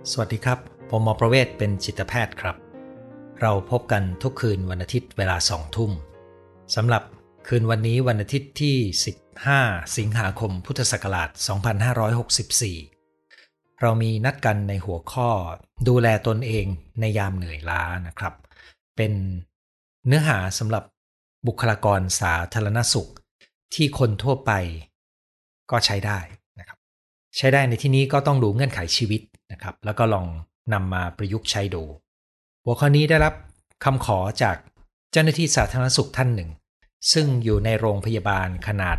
สวัสดีครับผมหมอประเวศเป็นจิตแพทย์ครับเราพบกันทุกคืนวันอาทิตย์เวลา2 ทุ่มสำหรับคืนวันนี้วันอาทิตย์ที่15สิงหาคมพุทธศักราช2564เรามีนัดกันในหัวข้อดูแลตนเองในยามเหนื่อยล้านะครับเป็นเนื้อหาสำหรับบุคลากรสาธารณสุขที่คนทั่วไปก็ใช้ได้นะครับใช้ได้ในที่นี้ก็ต้องดูเงื่อนไขชีวิตนะครับแล้วก็ลองนำมาประยุกต์ใช้ดูหัวข้อนี้ได้รับคำขอจากเจ้าหน้าที่สาธารณสุขท่านหนึ่งซึ่งอยู่ในโรงพยาบาลขนาด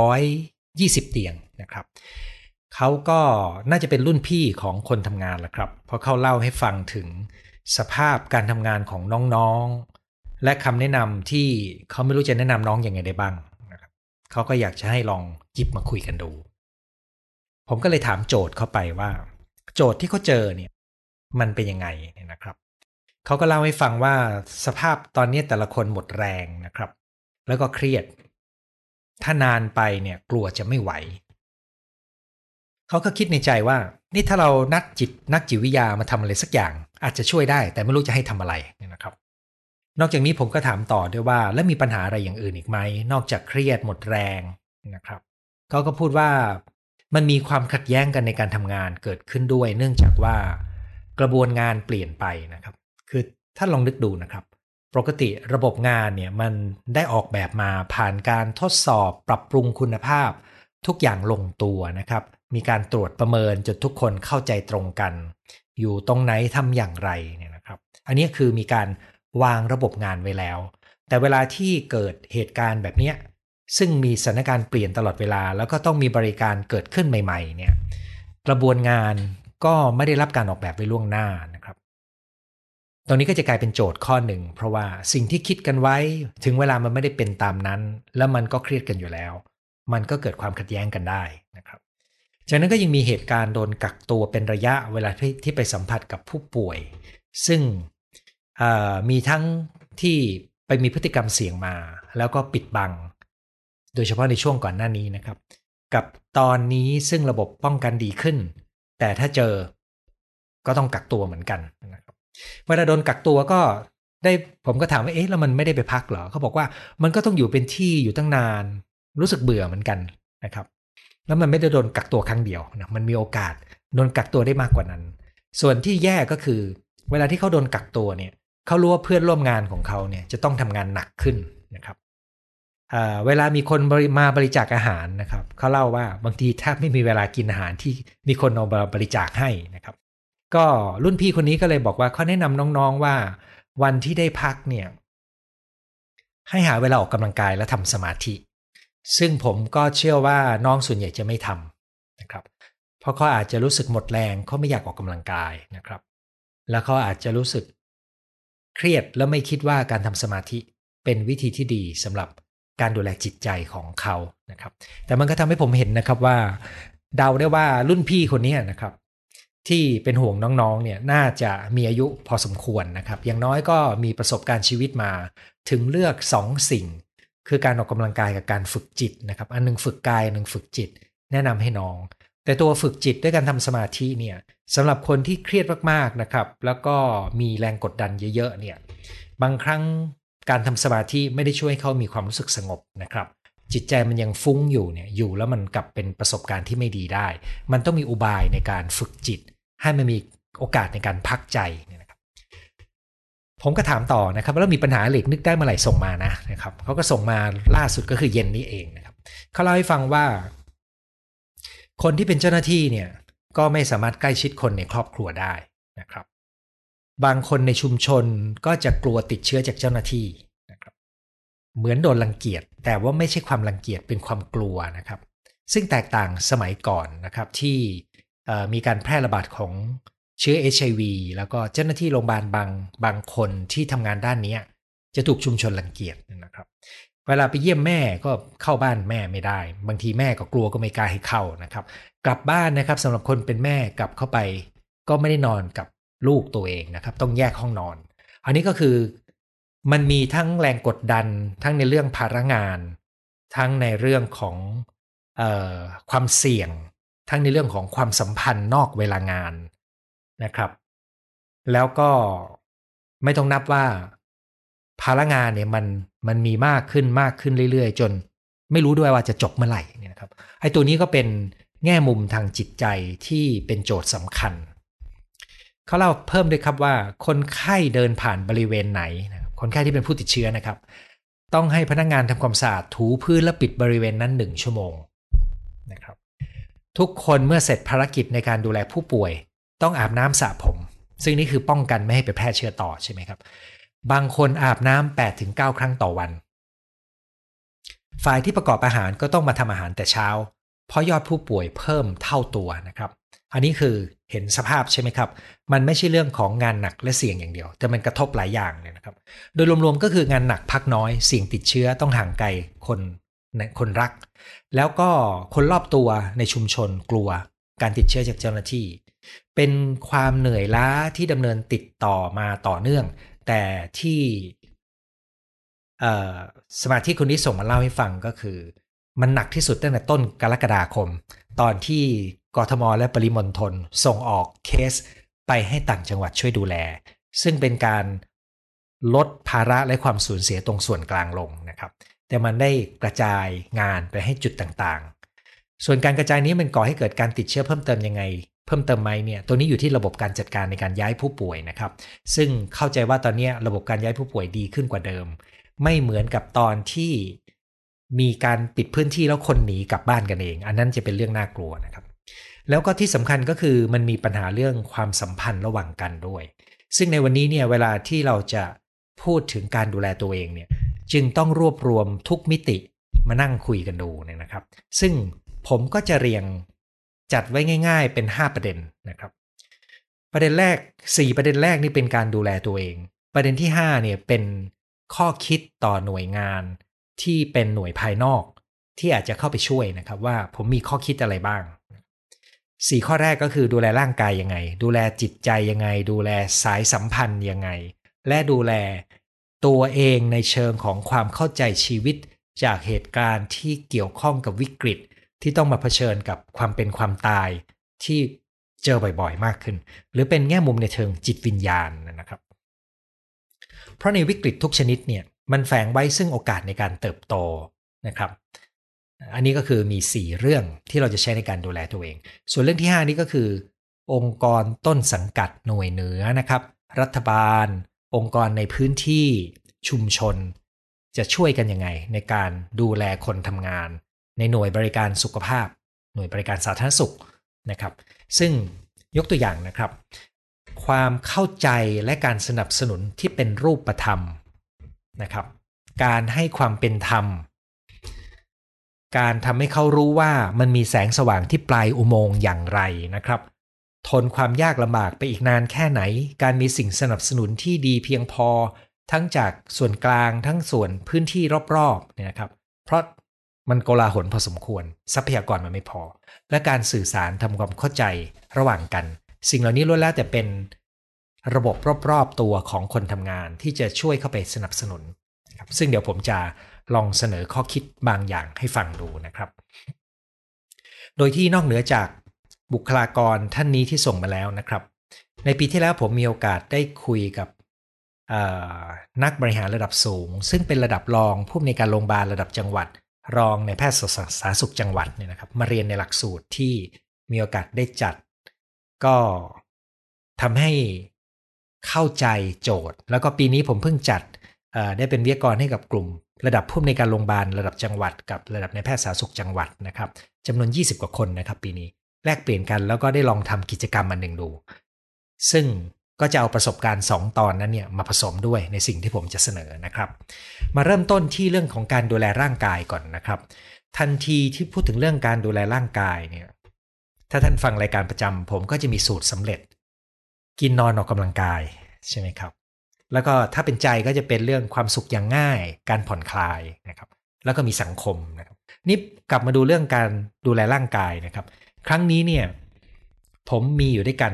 120เตียงนะครับเขาก็น่าจะเป็นรุ่นพี่ของคนทำงานแหละครับเพราะเขาเล่าให้ฟังถึงสภาพการทำงานของน้องๆและคำแนะนำที่เขาไม่รู้จะแนะนำน้องยังไงได้บ้างนะครับเขาก็อยากจะให้ลองหยิบมาคุยกันดูผมก็เลยถามโจทย์เข้าไปว่าโจทย์ที่เขาเจอเนี่ยมันเป็นยังไงเนี่ยนะครับเขาก็เล่าให้ฟังว่าสภาพตอนนี้แต่ละคนหมดแรงนะครับแล้วก็เครียดถ้านานไปเนี่ยกลัวจะไม่ไหวเขาก็คิดในใจว่านี่ถ้าเรานักจิตวิทยามาทำอะไรสักอย่างอาจจะช่วยได้แต่ไม่รู้จะให้ทำอะไรนะครับนอกจากนี้ผมก็ถามต่อด้วยว่าแล้วมีปัญหาอะไรอย่างอื่นอีกไหมนอกจากเครียดหมดแรงนะครับเขาก็พูดว่ามันมีความขัดแย้งกันในการทำงานเกิดขึ้นด้วยเนื่องจากว่ากระบวนงานเปลี่ยนไปนะครับคือถ้าลองนึกดูนะครับปกติระบบงานเนี่ยมันได้ออกแบบมาผ่านการทดสอบปรับปรุงคุณภาพทุกอย่างลงตัวนะครับมีการตรวจประเมินจนทุกคนเข้าใจตรงกันอยู่ตรงไหนทำอย่างไรเนี่ยนะครับอันนี้คือมีการวางระบบงานไว้แล้วแต่เวลาที่เกิดเหตุการณ์แบบนี้ซึ่งมีสถานการณ์เปลี่ยนตลอดเวลาแล้วก็ต้องมีบริการเกิดขึ้นใหม่ๆเนี่ยกระบวนงานก็ไม่ได้รับการออกแบบไว้ล่วงหน้านะครับตรงนี้ก็จะกลายเป็นโจทย์ข้อหนึ่งเพราะว่าสิ่งที่คิดกันไว้ถึงเวลามันไม่ได้เป็นตามนั้นแล้วมันก็เครียดกันอยู่แล้วมันก็เกิดความขัดแย้งกันได้นะครับจากนั้นก็ยังมีเหตุการณ์โดนกักตัวเป็นระยะเวลาที่ไปสัมผัสกับผู้ป่วยซึ่งมีทั้งที่ไปมีพฤติกรรมเสี่ยงมาแล้วก็ปิดบังโดยเฉพาะในช่วงก่อนหน้านี้นะครับกับตอนนี้ซึ่งระบบป้องกันดีขึ้นแต่ถ้าเจอก็ต้องกักตัวเหมือนกันนะครับเวลาโดนกักตัวก็ได้ผมก็ถามว่าเอ๊ะแล้วมันไม่ได้ไปพักเหรอเขาบอกว่ามันก็ต้องอยู่เป็นที่อยู่ตั้งนานรู้สึกเบื่อเหมือนกันนะครับแล้วมันไม่ได้โดนกักตัวครั้งเดียวนะมันมีโอกาสโดนกักตัวได้มากกว่านั้นส่วนที่แย่ก็คือเวลาที่เขาโดนกักตัวเนี่ยเขารู้ว่าเพื่อนร่วมงานของเขาเนี่ยจะต้องทำงานหนักขึ้นนะครับเวลามีคนมาบริจาคอาหารนะครับเขาเล่าว่าบางทีแทบไม่มีเวลากินอาหารที่มีคนเอามาบริจาคให้นะครับก็รุ่นพี่คนนี้ก็เลยบอกว่าเขาแนะนำน้องๆว่าวันที่ได้พักเนี่ยให้หาเวลาออกกำลังกายและทำสมาธิซึ่งผมก็เชื่อว่าน้องส่วนใหญ่จะไม่ทำนะครับเพราะเขาอาจจะรู้สึกหมดแรงเขาไม่อยากออกกำลังกายนะครับแล้วเขาอาจจะรู้สึกเครียดแล้วไม่คิดว่าการทำสมาธิเป็นวิธีที่ดีสำหรับการดูแลจิตใจของเขานะครับแต่มันก็ทำให้ผมเห็นนะครับว่าเดาได้ว่ารุ่นพี่คนนี้นะครับที่เป็นห่วงน้องๆเนี่ยน่าจะมีอายุพอสมควรนะครับอย่างน้อยก็มีประสบการณ์ชีวิตมาถึงเลือก2สิ่งคือการออกกำลังกายกับการฝึกจิตนะครับอันนึงฝึกกายอันนึงฝึกจิตแนะนำให้น้องแต่ตัวฝึกจิตด้วยการทำสมาธิเนี่ยสำหรับคนที่เครียดมากๆนะครับแล้วก็มีแรงกดดันเยอะๆเนี่ยบางครั้งการทำสมาธิไม่ได้ช่วยให้เขามีความรู้สึกสงบนะครับจิตใจมันยังฟุ้งอยู่เนี่ยอยู่แล้วมันกลับเป็นประสบการณ์ที่ไม่ดีได้มันต้องมีอุบายในการฝึกจิตให้มันมีโอกาสในการพักใจเนี่ยนะครับผมก็ถามต่อนะครับแล้วมีปัญหาอะไรนึกได้เมื่อไหร่ส่งมานะครับเขาก็ส่งมาล่าสุดก็คือเย็นนี้เองนะครับเขาเล่าให้ฟังว่าคนที่เป็นเจ้าหน้าที่เนี่ยก็ไม่สามารถใกล้ชิดคนในครอบครัวได้นะครับบางคนในชุมชนก็จะกลัวติดเชื้อจากเจ้าหน้าที่นะครับเหมือนโดนรังเกียจแต่ว่าไม่ใช่ความรังเกียจเป็นความกลัวนะครับซึ่งแตกต่างสมัยก่อนนะครับที่มีการแพร่ระบาดของเชื้อ HIV แล้วก็เจ้าหน้าที่โรงพยาบาลบางคนที่ทำงานด้านนี้จะถูกชุมชนรังเกียจนะครับเวลาไปเยี่ยมแม่ก็เข้าบ้านแม่ไม่ได้บางทีแม่ก็กลัวก็ไม่กล้าให้เข้านะครับกลับบ้านนะครับสำหรับคนเป็นแม่กลับเข้าไปก็ไม่ได้นอนกับลูกตัวเองนะครับต้องแยกห้องนอนอันนี้ก็คือมันมีทั้งแรงกดดันทั้งในเรื่องภาระงานทั้งในเรื่องของความเสี่ยงทั้งในเรื่องของความสัมพันธ์นอกเวลางานนะครับแล้วก็ไม่ต้องนับว่าภาระงานเนี่ยมันมีมากขึ้นเรื่อยๆจนไม่รู้ด้วยว่าจะจบเมื่อไหร่เนี่ยนะครับไอ้ตัวนี้ก็เป็นแง่มุมทางจิตใจที่เป็นโจทย์สำคัญเขาเล่าเพิ่มด้วยครับว่าคนไข้เดินผ่านบริเวณไหนคนไข้ที่เป็นผู้ติดเชื้อนะครับต้องให้พนักงานทำความสะอาดถูพื้นและปิดบริเวณนั้น1 ชั่วโมงนะครับทุกคนเมื่อเสร็จภารกิจในการดูแลผู้ป่วยต้องอาบน้ำสระผมซึ่งนี่คือป้องกันไม่ให้ไปแพร่เชื้อต่อใช่ไหมครับบางคนอาบน้ำ 8-9 ครั้งต่อวันฝ่ายที่ประกอบอาหารก็ต้องมาทำอาหารแต่เช้าเพราะยอดผู้ป่วยเพิ่มเท่าตัวนะครับอันนี้คือเห็นสภาพใช่ไหมครับมันไม่ใช่เรื่องของงานหนักและเสี่ยงอย่างเดียวแต่มันกระทบหลายอย่างเลยนะครับโดยรวมๆก็คืองานหนักพักน้อยเสี่ยงติดเชื้อต้องห่างไกลคนรักแล้วก็คนรอบตัวในชุมชนกลัวการติดเชื้อจากเจ้าหน้าที่เป็นความเหนื่อยล้าที่ดำเนินติดต่อมาต่อเนื่องแต่ที่สมาชิกคนนี้ส่งมาเล่าให้ฟังก็คือมันหนักที่สุดตั้งแต่ต้นกรกฎาคมตอนที่กทมและปริมณฑลส่งออกเคสไปให้ต่างจังหวัดช่วยดูแลซึ่งเป็นการลดภาระและความสูญเสียตรงส่วนกลางลงนะครับแต่มันได้กระจายงานไปให้จุดต่างๆส่วนการกระจายนี้มันก่อให้เกิดการติดเชื้อเพิ่มเติมยังไงเพิ่มเติมไหมเนี่ยตัวนี้อยู่ที่ระบบการจัดการในการย้ายผู้ป่วยนะครับซึ่งเข้าใจว่าตอนนี้ระบบการย้ายผู้ป่วยดีขึ้นกว่าเดิมไม่เหมือนกับตอนที่มีการปิดพื้นที่แล้วคนหนีกลับบ้านกันเองอันนั้นจะเป็นเรื่องน่ากลัวนะครับแล้วก็ที่สำคัญก็คือมันมีปัญหาเรื่องความสัมพันธ์ระหว่างกันด้วยซึ่งในวันนี้เนี่ยเวลาที่เราจะพูดถึงการดูแลตัวเองเนี่ยจึงต้องรวบรวมทุกมิติมานั่งคุยกันดูเนี่ยนะครับซึ่งผมก็จะเรียงจัดไว้ง่ายๆเป็น5ประเด็นนะครับประเด็นแรก4ประเด็นแรกนี่เป็นการดูแลตัวเองประเด็นที่5เนี่ยเป็นข้อคิดต่อหน่วยงานที่เป็นหน่วยภายนอกที่อาจจะเข้าไปช่วยนะครับว่าผมมีข้อคิดอะไรบ้าง4ข้อแรกก็คือดูแลร่างกายยังไงดูแลจิตใจยังไงดูแลสายสัมพันธ์ยังไงและดูแลตัวเองในเชิงของความเข้าใจชีวิตจากเหตุการณ์ที่เกี่ยวข้องกับวิกฤตที่ต้องมาเผชิญกับความเป็นความตายที่เจอบ่อยๆมากขึ้นหรือเป็นแง่มุมในเชิงจิตวิญญาณนะครับเพราะในวิกฤตทุกชนิดเนี่ยมันแฝงไว้ซึ่งโอกาสในการเติบโตนะครับอันนี้ก็คือมี4เรื่องที่เราจะใช้ในการดูแลตัวเองส่วนเรื่องที่5นี้ก็คือองค์กรต้นสังกัดหน่วยเหนือนะครับรัฐบาลองค์กรในพื้นที่ชุมชนจะช่วยกันยังไงในการดูแลคนทำงานในหน่วยบริการสุขภาพหน่วยบริการสาธารณสุขนะครับซึ่งยกตัวอย่างนะครับความเข้าใจและการสนับสนุนที่เป็นรูปธรรมนะครับการให้ความเป็นธรรมการทำให้เขารู้ว่ามันมีแสงสว่างที่ปลายอุโมงค์อย่างไรนะครับทนความยากลำบากไปอีกนานแค่ไหนการมีสิ่งสนับสนุนที่ดีเพียงพอทั้งจากส่วนกลางทั้งส่วนพื้นที่รอบๆเนี่ยนะครับเพราะมันโกลาหลพอสมควรทรัพยากรมันไม่พอและการสื่อสารทำความเข้าใจระหว่างกันสิ่งเหล่านี้ล้วนแล้วแต่เป็นระบบรอบๆตัวของคนทำงานที่จะช่วยเข้าไปสนับสนุนนะครับซึ่งเดี๋ยวผมจะลองเสนอข้อคิดบางอย่างให้ฟังดูนะครับโดยที่นอกเหนือจากบุคลากรท่านนี้ที่ส่งมาแล้วนะครับในปีที่แล้วผมมีโอกาสได้คุยกับนักบริหารระดับสูงซึ่งเป็นระดับรองผู้อำนวยการโรงพยาบาลระดับจังหวัดรองในแพทย์สาธารณสุขจังหวัดเนี่ยนะครับมาเรียนในหลักสูตรที่มีโอกาสได้จัดก็ทำให้เข้าใจโจทย์แล้วก็ปีนี้ผมเพิ่งจัดได้เป็นวิทยากรให้กับกลุ่มระดับผู้อำนวยการโรงพยาบาลระดับจังหวัดกับระดับในแพทย์สาธารณสุขจังหวัดนะครับจำนวน20กว่าคนนะครับปีนี้แลกเปลี่ยนกันแล้วก็ได้ลองทำกิจกรรมอันหนึ่งดูซึ่งก็จะเอาประสบการณ์2ตอนนั้นเนี่ยมาผสมด้วยในสิ่งที่ผมจะเสนอนะครับมาเริ่มต้นที่เรื่องของการดูแลร่างกายก่อนนะครับทันทีที่พูดถึงเรื่องการดูแลร่างกายเนี่ยถ้าท่านฟังรายการประจำผมก็จะมีสูตรสำเร็จกินนอนออกกำลังกายใช่ไหมครับแล้วก็ถ้าเป็นใจก็จะเป็นเรื่องความสุขอย่างง่ายการผ่อนคลายนะครับแล้วก็มีสังคมนะครับนี่กลับมาดูเรื่องการดูแลร่างกายนะครับครั้งนี้เนี่ยผมมีอยู่ด้วยกัน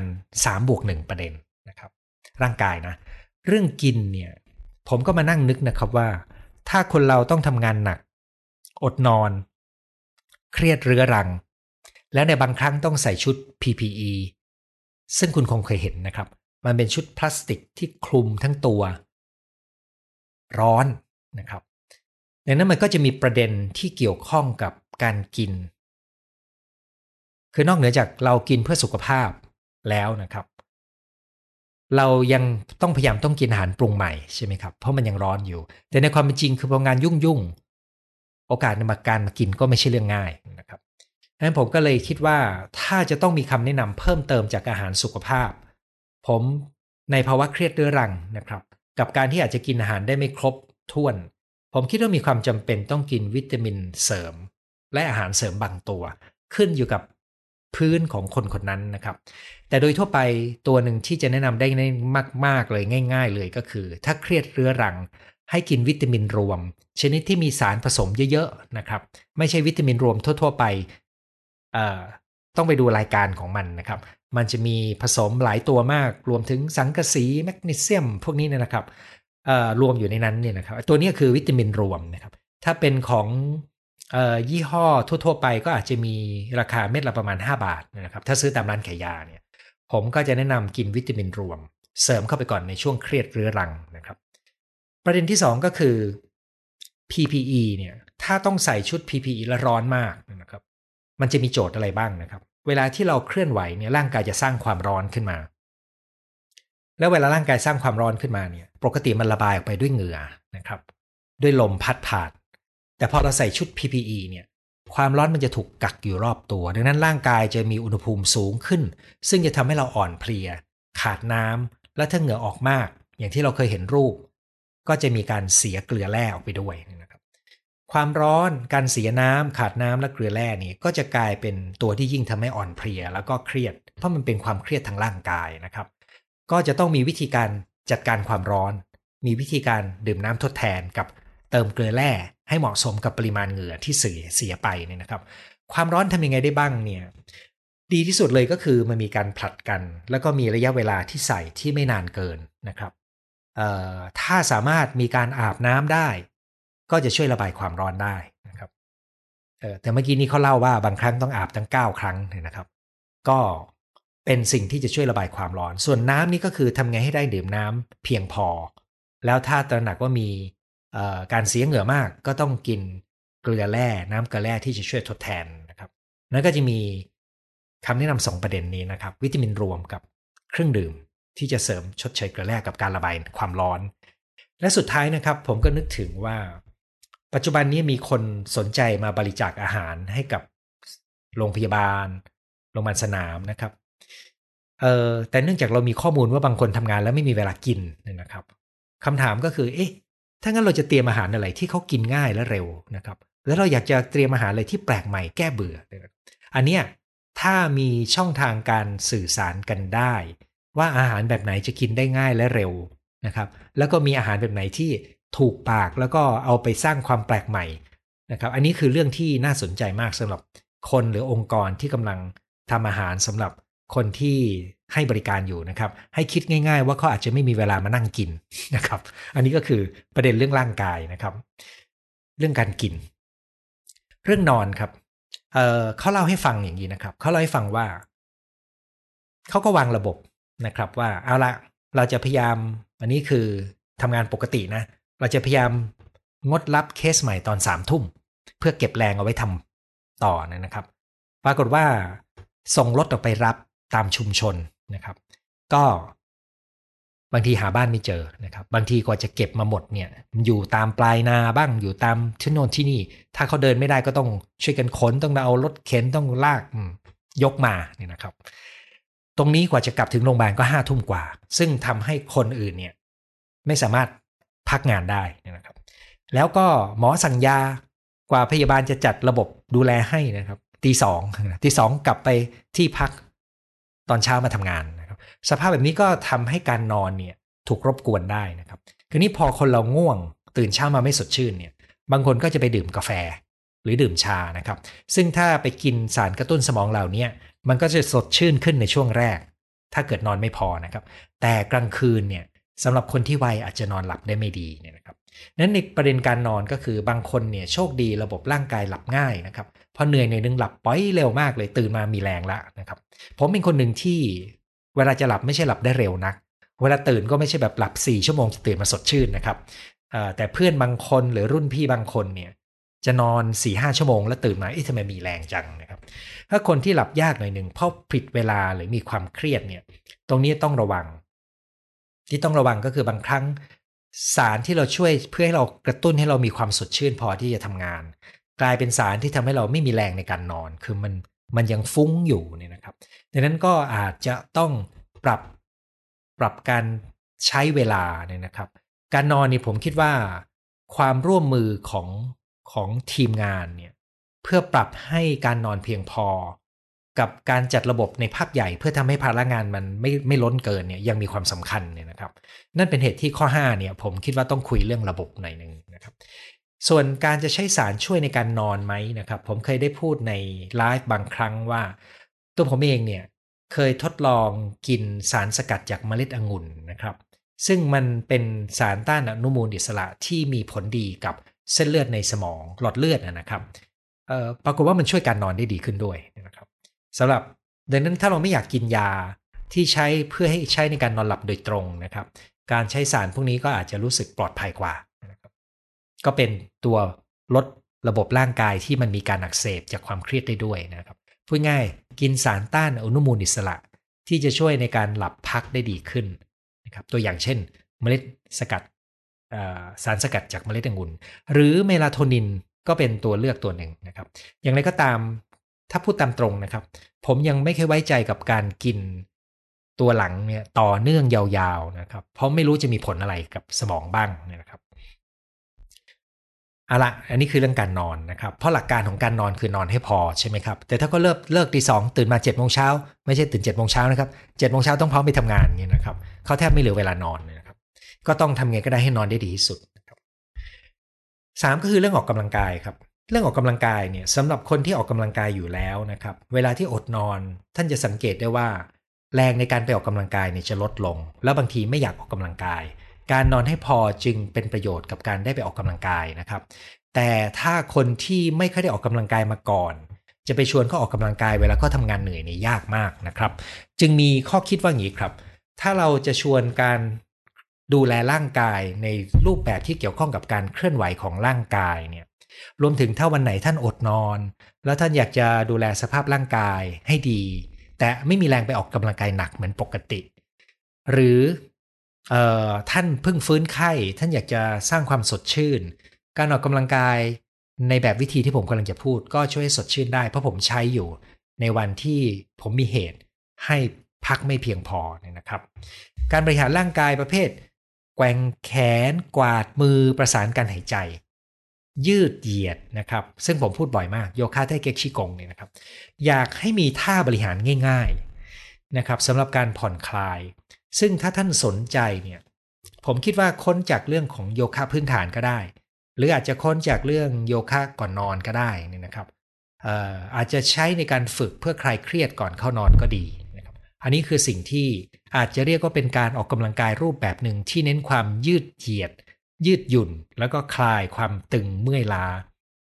3+1ประเด็นนะครับร่างกายนะเรื่องกินเนี่ยผมก็มานั่งนึกนะครับว่าถ้าคนเราต้องทำงานหนักอดนอนเครียดเรื้อรังแล้วในบางครั้งต้องใส่ชุด PPE ซึ่งคุณคงเคยเห็นนะครับมันเป็นชุดพลาสติกที่คลุมทั้งตัวร้อนนะครับดังนั้นมันก็จะมีประเด็นที่เกี่ยวข้องกับการกินคือนอกเหนือจากเรากินเพื่อสุขภาพแล้วนะครับเรายังต้องพยายามต้องกินอาหารปรุงใหม่ใช่ไหมครับเพราะมันยังร้อนอยู่แต่ในความเป็นจริงคือพองานยุ่งโอกาสในการมากินก็ไม่ใช่เรื่องง่ายนะครับดังนั้นผมก็เลยคิดว่าถ้าจะต้องมีคำแนะนำเพิ่มเติมจากอาหารสุขภาพผมในภาวะเครียดเรื้อรังนะครับกับการที่อาจจะกินอาหารได้ไม่ครบถ้วนผมคิดว่ามีความจำเป็นต้องกินวิตามินเสริมและอาหารเสริมบางตัวขึ้นอยู่กับพื้นของคนคนนั้นนะครับแต่โดยทั่วไปตัวหนึ่งที่จะแนะนำได้มากๆเลยง่ายๆเลยก็คือถ้าเครียดเรื้อรังให้กินวิตามินรวมชนิดที่มีสารผสมเยอะๆนะครับไม่ใช่วิตามินรวมทั่วๆไปต้องไปดูรายการของมันนะครับมันจะมีผสมหลายตัวมากรวมถึงสังกะสีแมกนีเซียมพวกนี้เนี่ยนะครับรวมอยู่ในนั้นเนี่ยนะครับตัวนี้คือวิตามินรวมนะครับถ้าเป็นของยี่ห้อทั่วๆไปก็อาจจะมีราคาเม็ดละประมาณ5 บาทนะครับถ้าซื้อตามร้านขายยาเนี่ยผมก็จะแนะนำกินวิตามินรวมเสริมเข้าไปก่อนในช่วงเครียดเรื้อรังนะครับประเด็นที่2ก็คือ PPE เนี่ยถ้าต้องใส่ชุด PPE แล้วร้อนมากนะครับมันจะมีโจทย์อะไรบ้างนะครับเวลาที่เราเคลื่อนไหวเนี่ยร่างกายจะสร้างความร้อนขึ้นมาแล้วเวลาร่างกายสร้างความร้อนขึ้นมาเนี่ยปกติมันระบายออกไปด้วยเหงื่อนะครับด้วยลมพัดผ่านแต่พอเราใส่ชุด PPE เนี่ยความร้อนมันจะถูกกักอยู่รอบตัวดังนั้นร่างกายจะมีอุณหภูมิสูงขึ้นซึ่งจะทำให้เราอ่อนเพลียขาดน้ำและถ้าเหงื่อออกมากอย่างที่เราเคยเห็นรูปก็จะมีการเสียเกลือแร่ออกไปด้วยนะครับความร้อนการเสียน้ำขาดน้ำและเกลือแร่นี่ก็จะกลายเป็นตัวที่ยิ่งทำให้อ่อนเพลียแล้วก็เครียดเพราะมันเป็นความเครียดทางร่างกายนะครับก็จะต้องมีวิธีการจัดการความร้อนมีวิธีการดื่มน้ำทดแทนกับเติมเกลือแร่ให้เหมาะสมกับปริมาณเหงื่อที่เสียไปเนี่ยนะครับความร้อนทำยังไงได้บ้างเนี่ยดีที่สุดเลยก็คือมันมีการผลัดกันแล้วก็มีระยะเวลาที่ใส่ที่ไม่นานเกินนะครับถ้าสามารถมีการอาบน้ำได้ก็จะช่วยระบายความร้อนได้นะครับแต่เมื่อกี้นี้เขาเล่าว่าบางครั้งต้องอาบตั้ง9 ครั้งเลยนะครับก็เป็นสิ่งที่จะช่วยระบายความร้อนส่วนน้ำนี่ก็คือทำไงให้ได้ดื่มน้ำเพียงพอแล้วถ้าตระหนักว่ามีการเสียเหงื่อมากก็ต้องกินเกลือแร่น้ำเกลือแร่ที่จะช่วยทดแทนนะครับนั้นก็จะมีคำแนะนำ2ประเด็นนี้นะครับวิตามินรวมกับเครื่องดื่มที่จะเสริมชดเชยเกลือแร่กับการระบายความร้อนและสุดท้ายนะครับผมก็นึกถึงว่าปัจจุบันนี้มีคนสนใจมาบริจาคอาหารให้กับโรงพยาบาลโรงพยาบาลสนามนะครับแต่เนื่องจากเรามีข้อมูลว่าบางคนทำงานแล้วไม่มีเวลากินนะครับคำถามก็คือเอ๊ะถ้างั้นเราจะเตรียมอาหารอะไรที่เขากินง่ายและเร็วนะครับแล้วเราอยากจะเตรียมอาหารอะไรที่แปลกใหม่แก้เบื่ออันเนี้ยถ้ามีช่องทางการสื่อสารกันได้ว่าอาหารแบบไหนจะกินได้ง่ายและเร็วนะครับแล้วก็มีอาหารแบบไหนที่ถูกปากแล้วก็เอาไปสร้างความแปลกใหม่นะครับอันนี้คือเรื่องที่น่าสนใจมากสำหรับคนหรือองค์กรที่กำลังทำอาหารสำหรับคนที่ให้บริการอยู่นะครับให้คิดง่ายๆว่าเขาอาจจะไม่มีเวลามานั่งกินนะครับอันนี้ก็คือประเด็นเรื่องร่างกายนะครับเรื่องการกินเรื่องนอนครับเขาเล่าให้ฟังอย่างนี้นะครับเขาเล่าให้ฟังว่าเขาก็วางระบบนะครับว่าเอาละเราจะพยายามอันนี้คือทำงานปกตินะเราจะพยายามงดรับเคสใหม่ตอน3 ทุ่มเพื่อเก็บแรงเอาไว้ทำต่อนะครับปรากฏว่าส่งรถออกไปรับตามชุมชนนะครับก็บางทีหาบ้านไม่เจอนะครับบางทีกว่าจะเก็บมาหมดเนี่ยอยู่ตามปลายนาบ้างอยู่ตามที่โน่นที่นี่ถ้าเขาเดินไม่ได้ก็ต้องช่วยกันขนต้องเอารถเข็นต้องลากยกมาเนี่ยนะครับตรงนี้กว่าจะกลับถึงโรงพยาบาลก็5 ทุ่มกว่าซึ่งทำให้คนอื่นเนี่ยไม่สามารถพักงานได้นะครับแล้วก็หมอสั่งยากว่าพยาบาลจะจัดระบบดูแลให้นะครับตี 2กลับไปที่พักตอนเช้ามาทำงานนะครับสภาพแบบนี้ก็ทำให้การนอนเนี่ยถูกรบกวนได้นะครับคือนี้พอคนเราง่วงตื่นเช้ามาไม่สดชื่นเนี่ยบางคนก็จะไปดื่มกาแฟหรือดื่มชานะครับซึ่งถ้าไปกินสารกระตุ้นสมองเหล่านี้มันก็จะสดชื่นขึ้นในช่วงแรกถ้าเกิดนอนไม่พอนะครับแต่กลางคืนเนี่ยสำหรับคนที่วัยอาจจะนอนหลับได้ไม่ดีเนี่ยนะครับนั้นในประเด็นการนอนก็คือบางคนเนี่ยโชคดีระบบร่างกายหลับง่ายนะครับพอเหนื่อยหน่อยนึงหลับป้อยเร็วมากเลยตื่นมามีแรงละนะครับผมเป็นคนหนึ่งที่เวลาจะหลับไม่ใช่หลับได้เร็วนักเวลาตื่นก็ไม่ใช่แบบหลับ4ชั่วโมงจะตื่นมาสดชื่นนะครับแต่เพื่อนบางคนหรือรุ่นพี่บางคนเนี่ยจะนอน 4-5 ชั่วโมงแล้วตื่นมาทำไมมีแรงจังนะครับถ้าคนที่หลับยากหน่อยหนึ่งเพราะผิดเวลาหรือมีความเครียดเนี่ยตรงนี้ต้องระวังที่ต้องระวังก็คือบางครั้งสารที่เราช่วยเพื่อให้เรากระตุ้นให้เรามีความสดชื่นพอที่จะทำงานกลายเป็นสารที่ทำให้เราไม่มีแรงในการนอนคือมันยังฟุ้งอยู่เนี่ยนะครับดังนั้นก็อาจจะต้องปรับการใช้เวลาเนี่ยนะครับการนอนนี่ผมคิดว่าความร่วมมือของทีมงานเนี่ยเพื่อปรับให้การนอนเพียงพอกับการจัดระบบในภาพใหญ่เพื่อทำให้ภาระงานมันไม่ล้นเกินเนี่ยยังมีความสำคัญเนี่ยนะครับนั่นเป็นเหตุที่ข้อ5เนี่ยผมคิดว่าต้องคุยเรื่องระบบหน่อยนึงนะครับส่วนการจะใช้สารช่วยในการนอนไหมนะครับผมเคยได้พูดในไลฟ์บางครั้งว่าตัวผมเองเนี่ยเคยทดลองกินสารสกัดจากเมล็ดองุ่นนะครับซึ่งมันเป็นสารต้านอนุมูลอิสระที่มีผลดีกับเส้นเลือดในสมองหลอดเลือดนะครับปรากฏว่ามันช่วยการนอนได้ดีขึ้นด้วยนะครับสำหรับดังนั้นถ้าเราไม่อยากกินยาที่ใช้เพื่อให้ใช้ในการนอนหลับโดยตรงนะครับการใช้สารพวกนี้ก็อาจจะรู้สึกปลอดภัยกว่านะครับก็เป็นตัวลดระบบร่างกายที่มันมีการอักเสบจากความเครียดได้ด้วยนะครับพูดง่ายกินสารต้านอนุมูลอิสระที่จะช่วยในการหลับพักได้ดีขึ้นนะครับตัวอย่างเช่นเมล็ดสกัดสารสกัดจากเมล็ดองุ่นหรือเมลาโทนินก็เป็นตัวเลือกตัวหนึ่งนะครับอย่างไรก็ตามถ้าพูดตามตรงนะครับผมยังไม่เคยไว้ใจกับการกินตัวหลังเนี่ยต่อเนื่องยาวๆนะครับเพราะไม่รู้จะมีผลอะไรกับสมองบ้างนะครับเอาละอันนี้คือเรื่องการนอนนะครับเพราะหลักการของการนอนคือนอนให้พอใช่ไหมครับแต่ถ้าก็เลิกตี 2ตื่นมา7 โมงเช้าไม่ใช่ตื่น7 โมงเช้านะครับ7 โมงเช้าต้องพร้อมไปทำงานนี่นะครับเขาแทบไม่เหลือเวลานอนนะครับก็ต้องทำไงก็ได้ให้นอนได้ดีที่สุดนะครับ3ก็คือเรื่องออกกำลังกายครับเรื่องออกกำลังกายเนี่ยสำหรับคนที่ออกกำลังกายอยู่แล้วนะครับเวลาที่อดนอนท่านจะสังเกตได้ว่าแรงในการไปออกกำลังกายเนี่ยจะลดลงแล้วบางทีไม่อยากออกกำลังกายการนอนให้พอจึงเป็นประโยชน์กับการได้ไปออกกำลังกายนะครับแต่ถ้าคนที่ไม่เคยได้ออกกำลังกายมาก่อนจะไปชวนเขาออกกำลังกายเวลาเขาทำงานเหนื่อยเนี่ยยากมากนะครับจึงมีข้อคิดว่าอย่างนี้ครับถ้าเราจะชวนการดูแลร่างกายในรูปแบบที่เกี่ยวข้องกับการเคลื่อนไหวของร่างกายเนี่ยรวมถึงถ้าวันไหนท่านอดนอนแล้วท่านอยากจะดูแลสภาพร่างกายให้ดีแต่ไม่มีแรงไปออกกำลังกายหนักเหมือนปกติหรือท่านเพิ่งฟื้นไข้ท่านอยากจะสร้างความสดชื่นการออกกำลังกายในแบบวิธีที่ผมกำลังจะพูดก็ช่วยให้สดชื่นได้เพราะผมใช้อยู่ในวันที่ผมมีเหตุให้พักไม่เพียงพอเนี่ยนะครับการบริหารร่างกายประเภทแกว่งแขนกวาดมือประสานการหายใจยืดเหยียดนะครับซึ่งผมพูดบ่อยมากโยคะไทเก๊กชิกงเนี่ยนะครับอยากให้มีท่าบริหารง่ายๆนะครับสำหรับการผ่อนคลายซึ่งถ้าท่านสนใจเนี่ยผมคิดว่าค้นจากเรื่องของโยคะพื้นฐานก็ได้หรืออาจจะค้นจากเรื่องโยคะก่อนนอนก็ได้นี่นะครับอาจจะใช้ในการฝึกเพื่อคลายเครียดก่อนเข้านอนก็ดีนะครับอันนี้คือสิ่งที่อาจจะเรียกว่าเป็นการออกกำลังกายรูปแบบหนึ่งที่เน้นความยืดเหยียดยืดหยุ่นแล้วก็คลายความตึงเมื่อยล้า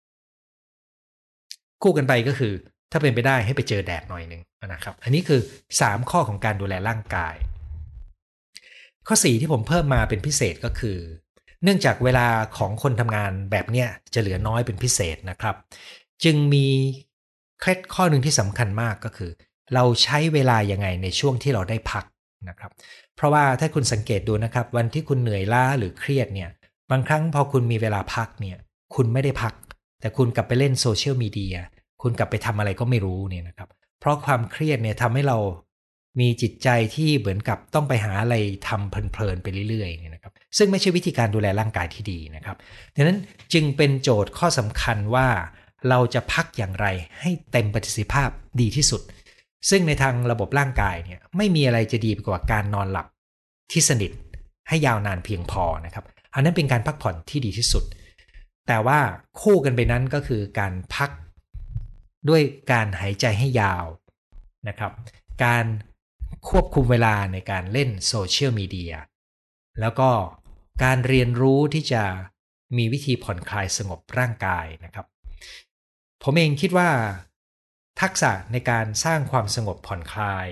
คู่กันไปก็คือถ้าเป็นไปได้ให้ไปเจอแดดหน่อยนึงนะครับอันนี้คือ3ข้อของการดูแลร่างกายข้อ4ที่ผมเพิ่มมาเป็นพิเศษก็คือเนื่องจากเวลาของคนทำงานแบบเนี้ยจะเหลือน้อยเป็นพิเศษนะครับจึงมีเคล็ดข้อหนึ่งที่สำคัญมากก็คือเราใช้เวลายังไงในช่วงที่เราได้พักนะครับเพราะว่าถ้าคุณสังเกตดูนะครับวันที่คุณเหนื่อยล้าหรือเครียดเนี่ยบางครั้งพอคุณมีเวลาพักเนี่ยคุณไม่ได้พักแต่คุณกลับไปเล่นโซเชียลมีเดียคุณกลับไปทำอะไรก็ไม่รู้เนี่ยนะครับเพราะความเครียดเนี่ยทำให้เรามีจิตใจที่เหมือนกับต้องไปหาอะไรทำเพลินๆไปเรื่อยๆเนี่ยนะครับซึ่งไม่ใช่วิธีการดูแลร่างกายที่ดีนะครับดังนั้นจึงเป็นโจทย์ข้อสำคัญว่าเราจะพักอย่างไรให้เต็มประสิทธิภาพดีที่สุดซึ่งในทางระบบร่างกายเนี่ยไม่มีอะไรจะดีไปกว่าการนอนหลับที่สนิทให้ยาวนานเพียงพอนะครับอันนั้นเป็นการพักผ่อนที่ดีที่สุดแต่ว่าคู่กันไปนั้นก็คือการพักด้วยการหายใจให้ยาวนะครับการควบคุมเวลาในการเล่นโซเชียลมีเดียแล้วก็การเรียนรู้ที่จะมีวิธีผ่อนคลายสงบร่างกายนะครับผมเองคิดว่าทักษะในการสร้างความสงบผ่อนคลาย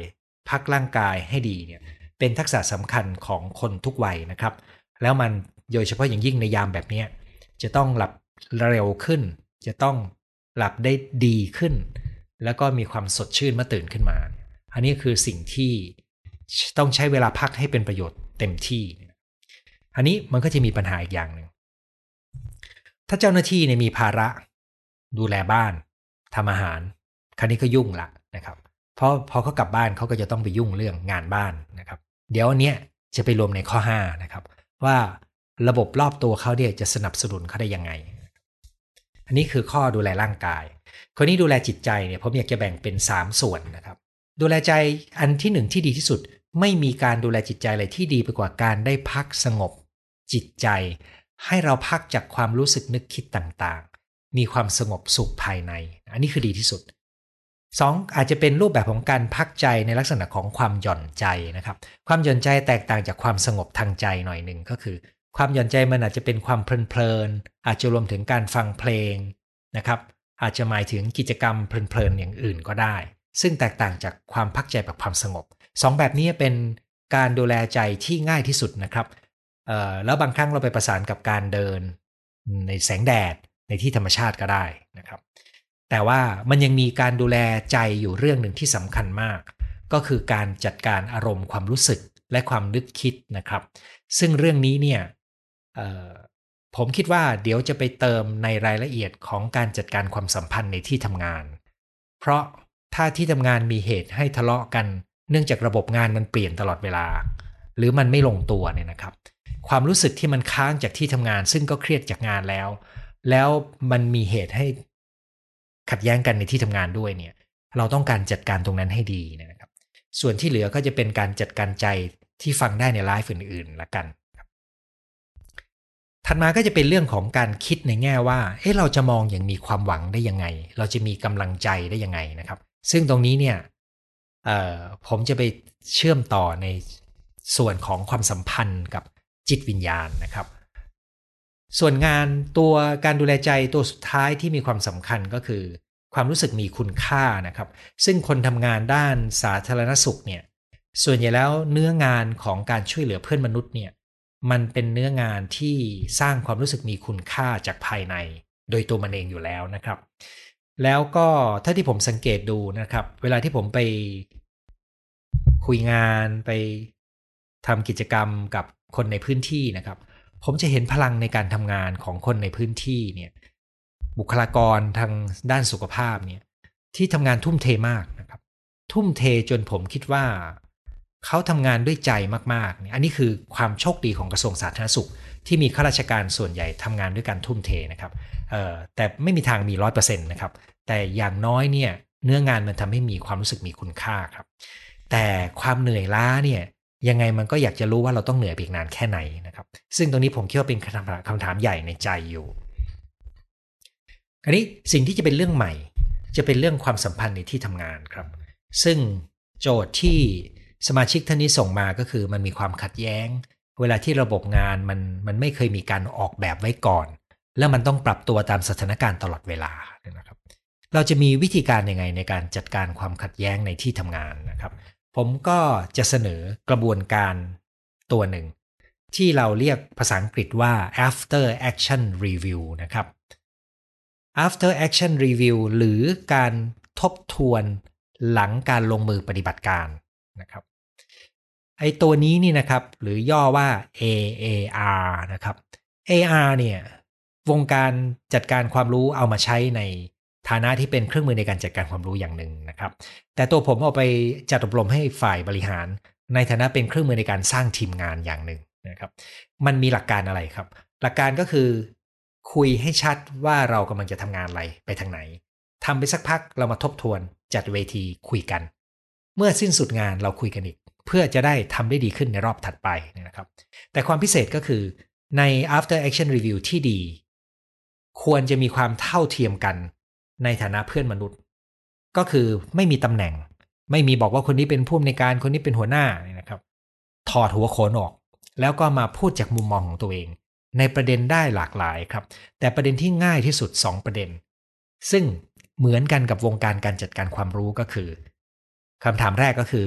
พักร่างกายให้ดีเนี่ยเป็นทักษะสำคัญของคนทุกวัยนะครับแล้วมันโดยเฉพาะอย่างยิ่งในยามแบบนี้จะต้องหลับเร็วขึ้นจะต้องหลับได้ดีขึ้นแล้วก็มีความสดชื่นเมื่อตื่นขึ้นมาอันนี้คือสิ่งที่ต้องใช้เวลาพักให้เป็นประโยชน์เต็มที่อันนี้มันก็จะมีปัญหาอีกอย่างหนึ่งถ้าเจ้าหน้าที่เนี่ยมีภาระดูแลบ้านทำอาหารคราวนี้ก็ยุ่งละนะครับเพราะพอเขากลับบ้านเขาก็จะต้องไปยุ่งเรื่องงานบ้านนะครับเดี๋ยวอันเนี้ยจะไปรวมในข้อ5นะครับว่าระบบรอบตัวเขาเนี่ยจะสนับสนุนเขาได้ยังไงอันนี้คือข้อดูแลร่างกายคนนี้ดูแลจิตใจเนี่ยผมอยากจะแบ่งเป็น3ส่วนนะครับดูแลใจอันที่1ที่ดีที่สุดไม่มีการดูแลจิตใจอะไรที่ดีไปกว่าการได้พักสงบจิตใจให้เราพักจากความรู้สึกนึกคิดต่างๆมีความสงบสุขภายในอันนี้คือดีที่สุด2อาจจะเป็นรูปแบบของการพักใจในลักษณะของความหย่อนใจนะครับความหย่อนใจแตกต่างจากความสงบทางใจหน่อยหนึ่งก็คือความหย่อนใจมันอาจจะเป็นความเพลินๆอาจจะรวมถึงการฟังเพลงนะครับอาจจะหมายถึงกิจกรรมเพลินๆอย่างอื่นก็ได้ซึ่งแตกต่างจากความพักใจแบบความสงบ2แบบนี้เป็นการดูแลใจที่ง่ายที่สุดนะครับแล้วบางครั้งเราไปประสานกับการเดินในแสงแดดในที่ธรรมชาติก็ได้นะครับแต่ว่ามันยังมีการดูแลใจอยู่เรื่องหนึ่งที่สำคัญมากก็คือการจัดการอารมณ์ความรู้สึกและความนึกคิดนะครับซึ่งเรื่องนี้เนี่ยผมคิดว่าเดี๋ยวจะไปเติมในรายละเอียดของการจัดการความสัมพันธ์ในที่ทำงานเพราะถ้าที่ทำงานมีเหตุให้ทะเลาะกันเนื่องจากระบบงานมันเปลี่ยนตลอดเวลาหรือมันไม่ลงตัวเนี่ยนะครับความรู้สึกที่มันค้างจากที่ทำงานซึ่งก็เครียดจากงานแล้วมันมีเหตุให้ขัดแย้งกันในที่ทำงานด้วยเนี่ยเราต้องการจัดการตรงนั้นให้ดีนะครับส่วนที่เหลือก็จะเป็นการจัดการใจที่ฟังได้ในไลฟ์อื่นๆละกันถัดมาก็จะเป็นเรื่องของการคิดในแง่ว่าเราจะมองอย่างมีความหวังได้ยังไงเราจะมีกำลังใจได้ยังไงนะครับซึ่งตรงนี้เนี่ยผมจะไปเชื่อมต่อในส่วนของความสัมพันธ์กับจิตวิญญาณนะครับส่วนงานตัวการดูแลใจตัวสุดท้ายที่มีความสำคัญก็คือความรู้สึกมีคุณค่านะครับซึ่งคนทำงานด้านสาธารณสุขเนี่ยส่วนใหญ่แล้วเนื้องานของการช่วยเหลือเพื่อนมนุษย์เนี่ยมันเป็นเนื้องานที่สร้างความรู้สึกมีคุณค่าจากภายในโดยตัวมันเองอยู่แล้วนะครับแล้วก็ถ้าที่ผมสังเกตดูนะครับเวลาที่ผมไปคุยงานไปทำกิจกรรมกับคนในพื้นที่นะครับผมจะเห็นพลังในการทำงานของคนในพื้นที่เนี่ยบุคลากรทางด้านสุขภาพเนี่ยที่ทำงานทุ่มเทมากนะครับทุ่มเทจนผมคิดว่าเขาทำงานด้วยใจมากๆเนี่ยอันนี้คือความโชคดีของกระทรวงสาธารณสุขที่มีข้าราชการส่วนใหญ่ทำงานด้วยการทุ่มเทนะครับแต่ไม่มีทางมี 100% นะครับแต่อย่างน้อยเนี่ยเนื้องานมันทำให้มีความรู้สึกมีคุณค่าครับแต่ความเหนื่อยล้าเนี่ยยังไงมันก็อยากจะรู้ว่าเราต้องเหนื่อยไปอีกนานแค่ไหนนะครับซึ่งตรงนี้ผมคิดว่าเป็นคำถามใหญ่ในใจอยู่อันนี้สิ่งที่จะเป็นเรื่องใหม่จะเป็นเรื่องความสัมพันธ์ในที่ทำงานครับซึ่งโจทย์ที่สมาชิกท่านนี้ส่งมาก็คือมันมีความขัดแย้งเวลาที่ระบบงานมันไม่เคยมีการออกแบบไว้ก่อนแล้วมันต้องปรับตัวตามสถานการณ์ตลอดเวลานะครับเราจะมีวิธีการยังไงในการจัดการความขัดแย้งในที่ทำงานนะครับผมก็จะเสนอกระบวนการตัวหนึ่งที่เราเรียกภาษาอังกฤษว่า after action review นะครับ after action review หรือการทบทวนหลังการลงมือปฏิบัติการนะครับไอตัวนี้นี่นะครับหรือย่อว่า AAR นะครับ AR เนี่ยวงการจัดการความรู้เอามาใช้ในฐานะที่เป็นเครื่องมือในการจัดการความรู้อย่างหนึ่งนะครับแต่ตัวผมเอาไปจัดอบรมให้ฝ่ายบริหารในฐานะเป็นเครื่องมือในการสร้างทีมงานอย่างหนึ่งนะครับมันมีหลักการอะไรครับหลักการก็คือคุยให้ชัดว่าเรากำลังจะทำงานอะไรไปทางไหนทำไปสักพักเรามาทบทวนจัดเวทีคุยกันเมื่อสิ้นสุดงานเราคุยกันอีกเพื่อจะได้ทำได้ดีขึ้นในรอบถัดไปนะครับแต่ความพิเศษก็คือใน after action review ที่ดีควรจะมีความเท่าเทียมกันในฐานะเพื่อนมนุษย์ก็คือไม่มีตำแหน่งไม่มีบอกว่าคนนี้เป็นผู้อำนวยการคนนี้เป็นหัวหน้านะครับถอดหัวโขนออกแล้วก็มาพูดจากมุมมองของตัวเองในประเด็นได้หลากหลายครับแต่ประเด็นที่ง่ายที่สุด2ประเด็นซึ่งเหมือนกันกับวงการการจัดการความรู้ก็คือคำถามแรกก็คือ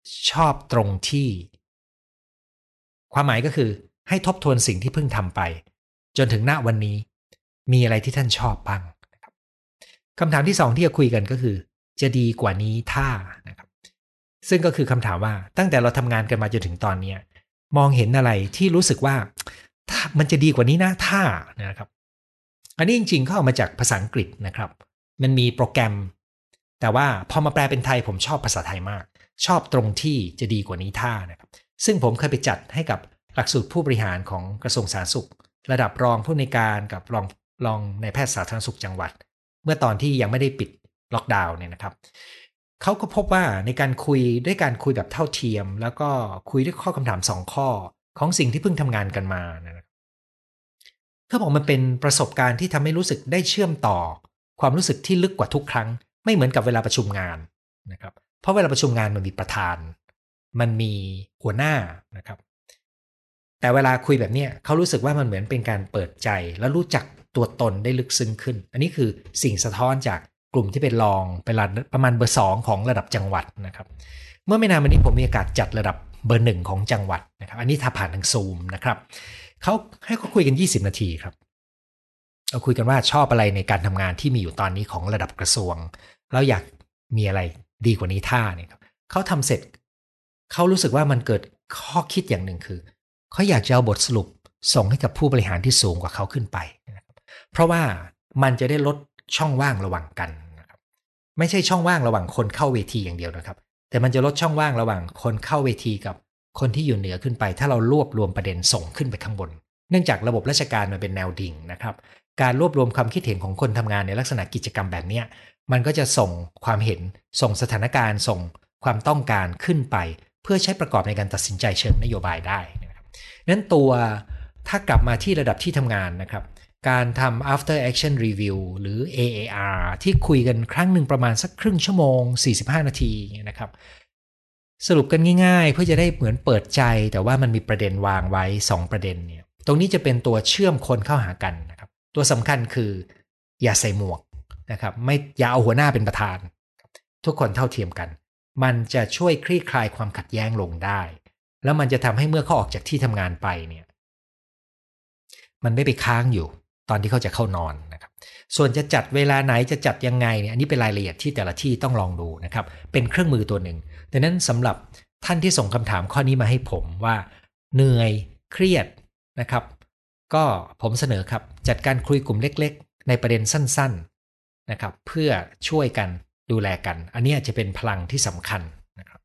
ชอบตรงที่ความหมายก็คือให้ทบทวนสิ่งที่เพิ่งทำไปจนถึงณวันนี้มีอะไรที่ท่านชอบบ้างนะครับคำถามที่2ที่จะคุยกันก็คือจะดีกว่านี้ถ้านะครับซึ่งก็คือคำถามว่าตั้งแต่เราทำงานกันมาจนถึงตอนนี้มองเห็นอะไรที่รู้สึกว่ามันจะดีกว่านี้นะถ้านะครับอันนี้จริงๆเขาเอามาจากภาษาอังกฤษนะครับมันมีโปรแกรมแต่ว่าพอมาแปลเป็นไทยผมชอบภาษาไทยมากชอบตรงที่จะดีกว่านี้ถ้านะครับซึ่งผมเคยไปจัดให้กับหลักสูตรผู้บริหารของกระทรวงสาธารณสุขระดับรองผู้ในวยการกับรองในายแพทย์สาธารณสุขจังหวัดเมื่อตอนที่ยังไม่ได้ปิดล็อกดาวน์เนี่ยนะครับเขาก็พบว่าในการคุยแบบเท่าเทียมแล้วก็คุยด้วยข้อคำถาม2ข้อของสิ่งที่เพิ่งทำงานกันมานะครับเขาบอกมันเป็นประสบการณ์ที่ทำให้รู้สึกได้เชื่อมต่อความรู้สึกที่ลึกกว่าทุกครั้งไม่เหมือนกับเวลาประชุมงานนะครับเพราะเวลาประชุมงานมันมีประธานมันมีหัวหน้านะครับแต่เวลาคุยแบบนี้เขารู้สึกว่ามันเหมือนเป็นการเปิดใจและรู้จักตัวตนได้ลึกซึ้งขึ้นอันนี้คือสิ่งสะท้อนจากกลุ่มที่เป็นรองเป็นประมาณเบอร์2ของระดับจังหวัดนะครับเมื่อไม่นานมานี้ผมมีโอกาสจัดระดับเบอร์1ของจังหวัดนะครับอันนี้ถ้าผ่านทางซูมนะครับเขาให้เขาคุยกัน20นาทีครับเราคุยกันว่าชอบอะไรในการทำงานที่มีอยู่ตอนนี้ของระดับกระทรวงแล้วอยากมีอะไรดีกว่านี้ถ้าเนี่ยครับเขาทำเสร็จเขารู้สึกว่ามันเกิดข้อคิดอย่างหนึ่งคือเขาอยากจะเอาบทสรุปส่งให้กับผู้บริหารที่สูงกว่าเขาขึ้นไปนะครับเพราะว่ามันจะได้ลดช่องว่างระหว่างกันนะครับไม่ใช่ช่องว่างระหว่างคนเข้าเวทีอย่างเดียวนะครับแต่มันจะลดช่องว่างระหว่างคนเข้าเวทีกับคนที่อยู่เหนือขึ้นไปถ้าเรารวบรวมประเด็นส่งขึ้นไปข้างบนเนื่องจากระบบราชการมันเป็นแนวดิ่งนะครับการรวบรวมความคิดเห็นของคนทำงานในลักษณะกิจกรรมแบบนี้มันก็จะส่งความเห็นส่งสถานการณ์ส่งความต้องการขึ้นไปเพื่อใช้ประกอบในการตัดสินใจเชิงนโยบายได้นะครับนั้นตัวถ้ากลับมาที่ระดับที่ทำงานนะครับการทำ after action review หรือ AAR ที่คุยกันครั้งหนึ่งประมาณสักครึ่งชั่วโมง45นาทีนะครับสรุปกันง่ายๆเพื่อจะได้เหมือนเปิดใจแต่ว่ามันมีประเด็นวางไว้2ประเด็นเนี่ยตรงนี้จะเป็นตัวเชื่อมคนเข้าหากันนะครับตัวสำคัญคืออย่าใส่หมวกนะครับไม่อย่าเอาหัวหน้าเป็นประธานทุกคนเท่าเทียมกันมันจะช่วยคลี่คลายความขัดแย้งลงได้แล้วมันจะทำให้เมื่อเขาออกจากที่ทำงานไปเนี่ยมันไม่ไปค้างอยู่ตอนที่เขาจะเข้านอนนะครับส่วนจะจัดเวลาไหนจะจัดยังไงเนี่ยอันนี้เป็นรายละเอียดที่แต่ละที่ต้องลองดูนะครับเป็นเครื่องมือตัวหนึ่งดังนั้นสำหรับท่านที่ส่งคำถามข้อนี้มาให้ผมว่าเหนื่อยเครียดนะครับก็ผมเสนอครับจัดการคุยกลุ่มเล็กๆในประเด็นสั้นๆนะครับเพื่อช่วยกันดูแลกันอันนี้จะเป็นพลังที่สำคัญนะครับ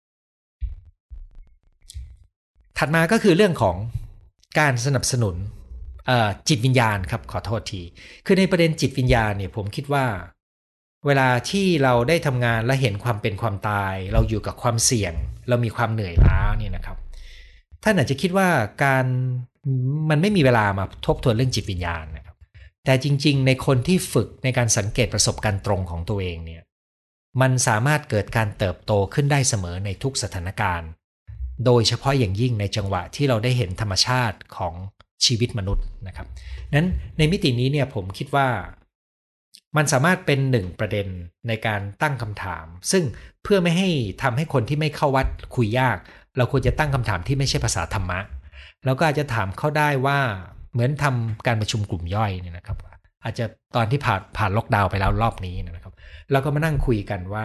ถัดมาก็คือเรื่องของการสนับสนุนจิตวิญญาณครับขอโทษทีคือในประเด็นจิตวิญญาณเนี่ยผมคิดว่าเวลาที่เราได้ทำงานและเห็นความเป็นความตายเราอยู่กับความเสี่ยงเรามีความเหนื่อยล้าเนี่ยนะครับท่านอาจจะคิดว่ามันไม่มีเวลามาทบทวนเรื่องจิตวิญญาณนะครับแต่จริงๆในคนที่ฝึกในการสังเกตประสบการณ์ตรงของตัวเองเนี่ยมันสามารถเกิดการเติบโตขึ้นได้เสมอในทุกสถานการณ์โดยเฉพาะอย่างยิ่งในจังหวะที่เราได้เห็นธรรมชาติของชีวิตมนุษย์นะครับนั้นในมิตินี้เนี่ยผมคิดว่ามันสามารถเป็นหนึ่งประเด็นในการตั้งคำถามซึ่งเพื่อไม่ให้ทำให้คนที่ไม่เข้าวัดคุยยากเราควรจะตั้งคำถามที่ไม่ใช่ภาษาธรรมะแล้วก็อาจจะถามเขาได้ว่าเหมือนทำการประชุมกลุ่มย่อยเนี่ยนะครับอาจจะตอนที่ผ่านล็อกดาวน์ไปแล้วรอบนี้นะครับเราก็มานั่งคุยกันว่า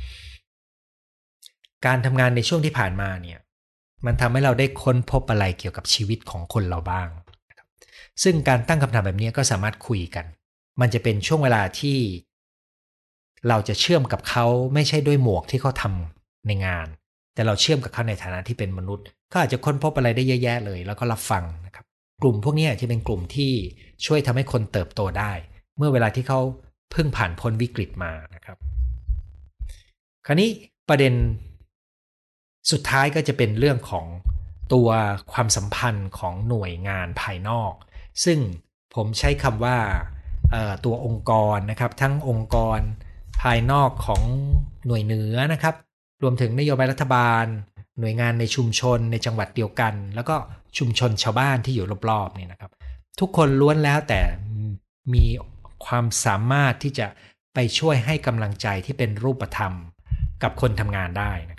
การทำงานในช่วงที่ผ่านมาเนี่ยมันทำให้เราได้ค้นพบอะไรเกี่ยวกับชีวิตของคนเราบ้างนะครับซึ่งการตั้งคำถามแบบนี้ก็สามารถคุยกันมันจะเป็นช่วงเวลาที่เราจะเชื่อมกับเขาไม่ใช่ด้วยหมวกที่เขาทำในงานแต่เราเชื่อมกับเขาในฐานะที่เป็นมนุษย์เขาอาจจะค้นพบอะไรได้เยอะแยะเลยแล้วก็รับฟังนะครับกลุ่มพวกนี้จะเป็นกลุ่มที่ช่วยทำให้คนเติบโตได้เมื่อเวลาที่เขาเพิ่งผ่านพ้นวิกฤตมานะครับคราวนี้ประเด็นสุดท้ายก็จะเป็นเรื่องของตัวความสัมพันธ์ของหน่วยงานภายนอกซึ่งผมใช้คำว่าตัวองค์กรนะครับทั้งองค์กรภายนอกของหน่วยเหนือนะครับรวมถึงนโยบายรัฐบาลหน่วยงานในชุมชนในจังหวัดเดียวกันแล้วก็ชุมชนชาวบ้านที่อยู่รอบๆนี่นะครับทุกคนล้วนแล้วแต่มีความสามารถที่จะไปช่วยให้กำลังใจที่เป็นรูปธรรมกับคนทำงานได้นะครับ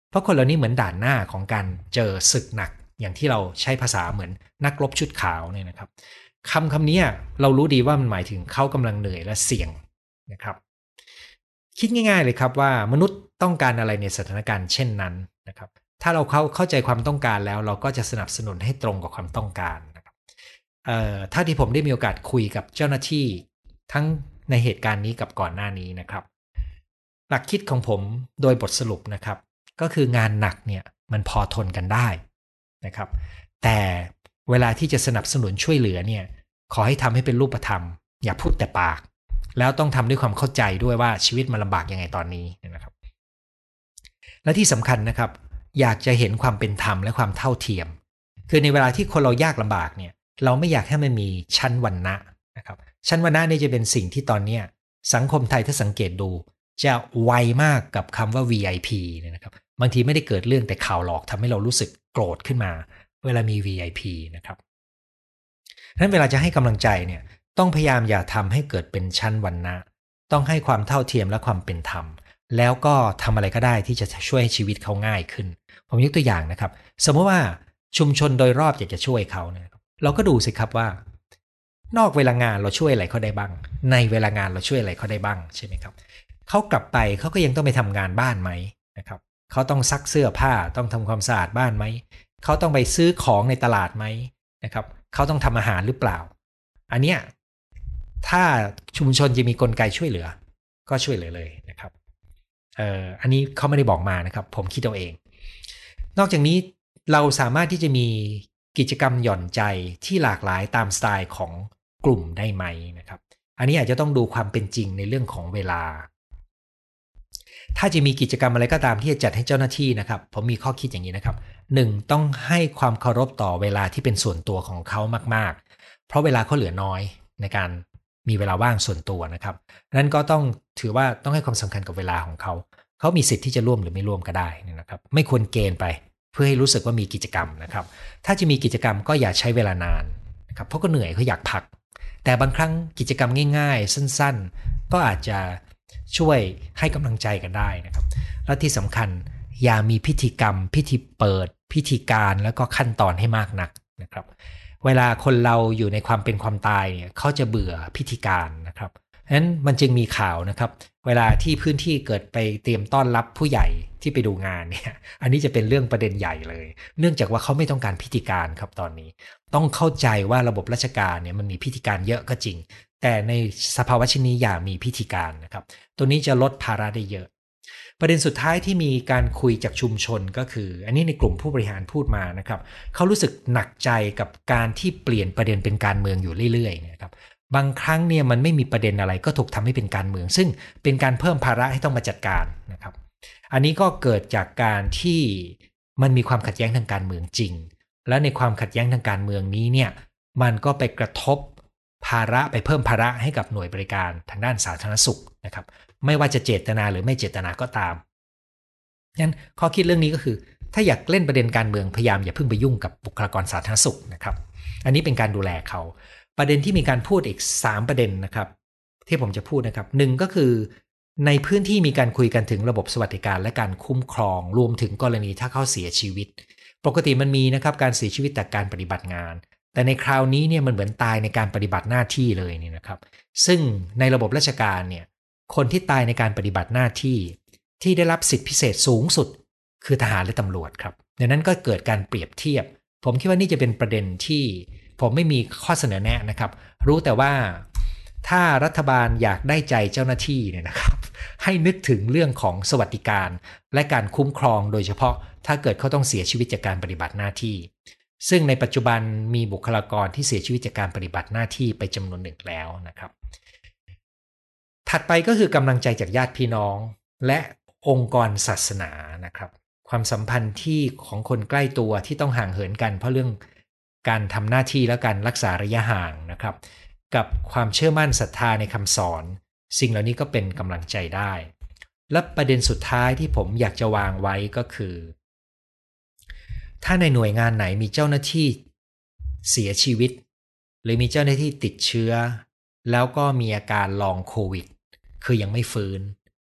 เพราะคนเหล่านี้เหมือนด่านหน้าของการเจอศึกหนักอย่างที่เราใช้ภาษาเหมือนนักรบชุดขาวเนี่ยนะครับคำนี้เรารู้ดีว่ามันหมายถึงเขากำลังเหนื่อยและเสี่ยงนะครับคิดง่ายๆเลยครับว่ามนุษย์ต้องการอะไรในสถานการณ์เช่นนั้นนะครับถ้าเราเข้าใจความต้องการแล้วเราก็จะสนับสนุนให้ตรงกับความต้องการนะครับถ้าที่ผมได้มีโอกาสคุยกับเจ้าหน้าที่ทั้งในเหตุการณ์นี้กับก่อนหน้านี้นะครับหลักคิดของผมโดยบทสรุปนะครับก็คืองานหนักเนี่ยมันพอทนกันได้นะครับแต่เวลาที่จะสนับสนุนช่วยเหลือเนี่ยขอให้ทำให้เป็นรูปธรรมอย่าพูดแต่ปากแล้วต้องทำด้วยความเข้าใจด้วยว่าชีวิตมันลำบากยังไงตอนนี้นะครับและที่สำคัญนะครับอยากจะเห็นความเป็นธรรมและความเท่าเทียมคือในเวลาที่คนเรายากลำบากเนี่ยเราไม่อยากให้มันมีชั้นวรรณะนะครับชั้นวรรณะนี่จะเป็นสิ่งที่ตอนนี้สังคมไทยถ้าสังเกตดูจะไวมากกับคำว่า VIP เนี่ยนะครับบางทีไม่ได้เกิดเรื่องแต่ข่าวหลอกทำให้เรารู้สึกโกรธขึ้นมาเวลามี VIP นะครับนั้นเวลาจะให้กำลังใจเนี่ยต้องพยายามอย่าทำให้เกิดเป็นชั้นวรรณะต้องให้ความเท่าเทียมและความเป็นธรรมแล้วก็ทำอะไรก็ได้ที่จะช่วยให้ชีวิตเขาง่ายขึ้นผมยกตัวอย่างนะครับสมมติว่าชุมชนโดยรอบอยากจะช่วยเขาเนี่ยเราก็ดูสิครับว่านอกเวลางานเราช่วยอะไรเขาได้บ้างในเวลางานเราช่วยอะไรเขาได้บ้างใช่ไหมครับเขากลับไปเขาก็ยังต้องไปทำงานบ้านไหมนะครับเขาต้องซักเสื้อผ้าต้องทำความสะอาดบ้านไหมเขาต้องไปซื้อของในตลาดไหมนะครับเขาต้องทำอาหารหรือเปล่าอันเนี้ยถ้าชุมชนจะมีกลไกช่วยเหลือก็ช่วยเหลือเลยนะครับอันนี้เขาไม่ได้บอกมานะครับผมคิดเอาเองนอกจากนี้เราสามารถที่จะมีกิจกรรมหย่อนใจที่หลากหลายตามสไตล์ของกลุ่มได้ไหมนะครับอันนี้อาจจะต้องดูความเป็นจริงในเรื่องของเวลาถ้าจะมีกิจกรรมอะไรก็ตามที่จะจัดให้เจ้าหน้าที่นะครับผมมีข้อคิดอย่างนี้นะครับ1ต้องให้ความเคารพต่อเวลาที่เป็นส่วนตัวของเขามากๆเพราะเวลาเขาเหลือน้อยในการมีเวลาว่างส่วนตัวนะครับนั้นก็ต้องถือว่าต้องให้ความสำคัญกับเวลาของเขาเขามีสิทธิ์ที่จะร่วมหรือไม่ร่วมก็ได้นะครับไม่ควรเกณฑ์ไปเพื่อให้รู้สึกว่ามีกิจกรรมนะครับถ้าจะมีกิจกรรมก็อย่าใช้เวลานานนะครับเพราะก็เหนื่อยเขาอยากพักแต่บางครั้งกิจกรรมง่ายๆสั้นๆก็อาจจะช่วยให้กำลังใจกันได้นะครับและที่สำคัญอย่ามีพิธีกรรมพิธีเปิดพิธีการแล้วก็ขั้นตอนให้มากนักนะครับเวลาคนเราอยู่ในความเป็นความตายเนี่ยเขาจะเบื่อพิธีการนะครับฉะนั้นมันจึงมีข่าวนะครับเวลาที่พื้นที่เกิดไปเตรียมต้อนรับผู้ใหญ่ที่ไปดูงานเนี่ยอันนี้จะเป็นเรื่องประเด็นใหญ่เลยเนื่องจากว่าเขาไม่ต้องการพิธีการครับตอนนี้ต้องเข้าใจว่าระบบราชการเนี่ยมันมีพิธีการเยอะก็จริงแต่ในสภาวะเช่นนี้อย่ามีพิธีการนะครับตัวนี้จะลดภาระได้เยอะประเด็นสุดท้ายที่มีการคุยจากชุมชนก็คืออันนี้ในกลุ่มผู้บริหารพูดมานะครับเขารู้สึกหนักใจกับการที่เปลี่ยนประเด็นเป็นการเมืองอยู่เรื่อยๆนะครับบางครั้งเนี่ยมันไม่มีประเด็นอะไรก็ถูกทำให้เป็นการเมืองซึ่งเป็นการเพิ่มภาระให้ต้องมาจัดการนะครับอันนี้ก็เกิดจากการที่มันมีความขัดแย้งทางการเมืองจริงและในความขัดแย้งทางการเมืองนี้เนี่ยมันก็ไปกระทบภาระไปเพิ่มภาระให้กับหน่วยบริการทางด้านสาธารณสุขนะครับไม่ว่าจะเจตนาหรือไม่เจตนาก็ตามงั้นข้อคิดเรื่องนี้ก็คือถ้าอยากเล่นประเด็นการเมืองพยายามอย่าเพิ่งไปยุ่งกับบุคลากรสาธารณสุขนะครับอันนี้เป็นการดูแลเขาประเด็นที่มีการพูดอีก3ประเด็นนะครับที่ผมจะพูดนะครับ1ก็คือในพื้นที่มีการคุยกันถึงระบบสวัสดิการและการคุ้มครองรวมถึงกรณีถ้าเขาเสียชีวิตปกติมันมีนะครับการเสียชีวิตจากการปฏิบัติงานแต่ในคราวนี้เนี่ยมันเหมือนตายในการปฏิบัติหน้าที่เลยนี่นะครับซึ่งในระบบราชการเนี่ยคนที่ตายในการปฏิบัติหน้าที่ที่ได้รับสิทธิพิเศษสูงสุดคือทหารและตำรวจครับดังนั้นก็เกิดการเปรียบเทียบผมคิดว่านี่จะเป็นประเด็นที่ผมไม่มีข้อเสนอแนะนะครับรู้แต่ว่าถ้ารัฐบาลอยากได้ใจเจ้าหน้าที่เนี่ยนะครับให้นึกถึงเรื่องของสวัสดิการและการคุ้มครองโดยเฉพาะถ้าเกิดเขาต้องเสียชีวิตจากการปฏิบัติหน้าที่ซึ่งในปัจจุบันมีบุคลากรที่เสียชีวิตจากการปฏิบัติหน้าที่ไปจำนวนหนึ่งแล้วนะครับถัดไปก็คือกำลังใจจากญาติพี่น้องและองค์กรศาสนานะครับความสัมพันธ์ที่ของคนใกล้ตัวที่ต้องห่างเหินกันเพราะเรื่องการทำหน้าที่และการรักษาระยะห่างนะครับกับความเชื่อมั่นศรัทธาในคำสอนสิ่งเหล่านี้ก็เป็นกำลังใจได้และประเด็นสุดท้ายที่ผมอยากจะวางไว้ก็คือถ้าในหน่วยงานไหนมีเจ้าหน้าที่เสียชีวิตหรือมีเจ้าหน้าที่ติดเชื้อแล้วก็มีอาการลองโควิดคือยังไม่ฟื้นผ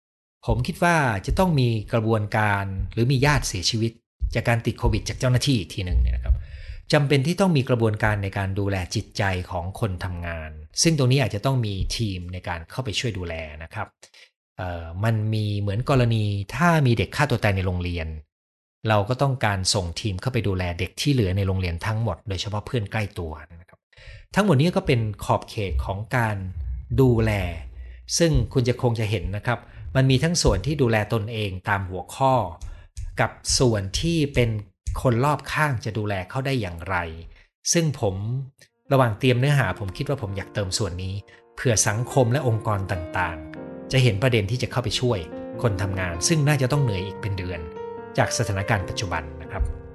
ผมคิดว่าจะต้องมีกระบวนการหรือมีญาติเสียชีวิตจากการติดโควิดจากเจ้าหน้าที่อีกทีหนึ่งเนี่ยนะครับจำเป็นที่ต้องมีกระบวนการในการดูแลจิตใจของคนทำงานซึ่งตรงนี้อาจจะต้องมีทีมในการเข้าไปช่วยดูแลนะครับมันมีเหมือนกรณีถ้ามีเด็กฆ่าตัวตายในโรงเรียนเราก็ต้องการส่งทีมเข้าไปดูแลเด็กที่เหลือในโรงเรียนทั้งหมดโดยเฉพาะเพื่อนใกล้ตัวนะครับทั้งหมดนี้ก็เป็นขอบเขตของการดูแลซึ่งคุณจะคงจะเห็นนะครับมันมีทั้งส่วนที่ดูแลตนเองตามหัวข้อกับส่วนที่เป็นคนรอบข้างจะดูแลเขาได้อย่างไรซึ่งผมระหว่างเตรียมเนื้อหาผมคิดว่าผมอยากเติมส่วนนี้เพื่อสังคมและองค์กรต่างๆจะเห็นประเด็นที่จะเข้าไปช่วยคนทำงานซึ่งน่าจะต้องเหนื่อยอีกเป็นเดือนจากสถานการณ์ปัจจุบันนะครับ